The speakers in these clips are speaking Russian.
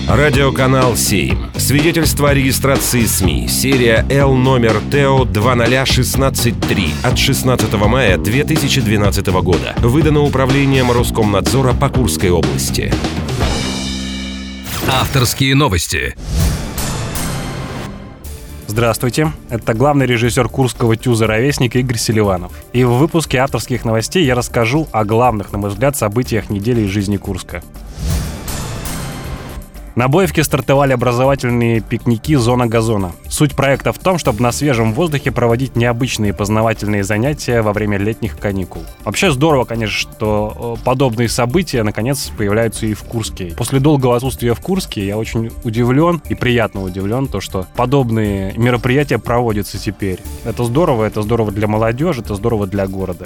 Радиоканал 7. Свидетельство о регистрации СМИ. Серия Л номер ТО 20163 от 16 мая 2012 года. Выдано Управлением Роскомнадзора по Курской области. Авторские новости. Здравствуйте, это главный режиссер Курского ТЮЗа «Ровесник» Игорь Селиванов. И в выпуске авторских новостей я расскажу о главных, на мой взгляд, событиях недели из жизни Курска. На Боевке стартовали образовательные пикники «Зона газона». Суть проекта в том, чтобы на свежем воздухе проводить необычные познавательные занятия во время летних каникул. Вообще здорово, конечно, что подобные события наконец появляются и в Курске. После долгого отсутствия в Курске я очень удивлен и приятно удивлен, что подобные мероприятия проводятся теперь. Это здорово для молодежи, это здорово для города.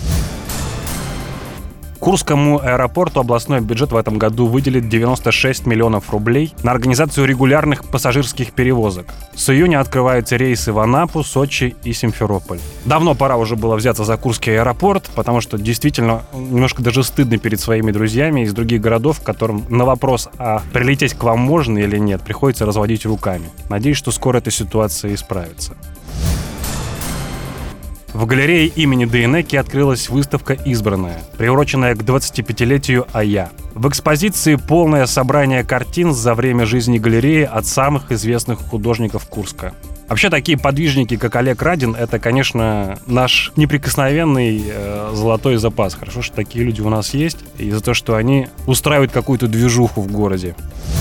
Курскому аэропорту областной бюджет в этом году выделит 96 миллионов рублей на организацию регулярных пассажирских перевозок. С июня открываются рейсы в Анапу, Сочи и Симферополь. Давно пора уже было взяться за Курский аэропорт, потому что действительно немножко даже стыдно перед своими друзьями из других городов, которым на вопрос, а прилететь к вам можно или нет, приходится разводить руками. Надеюсь, что скоро эта ситуация исправится. В галерее имени Дейнеки открылась выставка «Избранная», приуроченная к 25-летию АЯ. В экспозиции полное собрание картин за время жизни галереи от самых известных художников Курска. Вообще, такие подвижники, как Олег Радин, это, конечно, наш неприкосновенный золотой запас. Хорошо, что такие люди у нас есть, и за то, что они устраивают какую-то движуху в городе.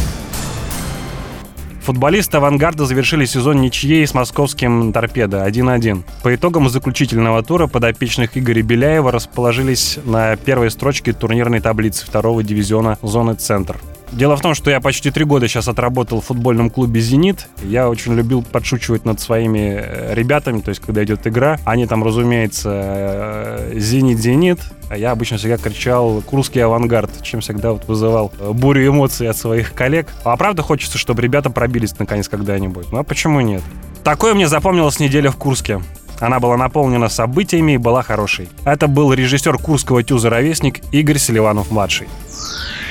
Футболисты «Авангарда» завершили сезон ничьей с московским «Торпедо» 1-1. По итогам заключительного тура подопечных Игоря Беляева расположились на первой строчке турнирной таблицы 2-го дивизиона зоны «Центр». Дело в том, что я почти 3 года сейчас отработал в футбольном клубе «Зенит». Я очень любил подшучивать над своими ребятами, то есть когда идет игра, они там, разумеется, «Зенит», а я обычно всегда кричал «Курский авангард», чем всегда вызывал бурю эмоций от своих коллег. А правда хочется, чтобы ребята пробились наконец когда-нибудь. Ну а почему нет? Такое мне запомнилась неделя в Курске. Она была наполнена событиями и была хорошей. Это был режиссер Курского ТЮЗа «Ровесник» Игорь Селиванов-младший.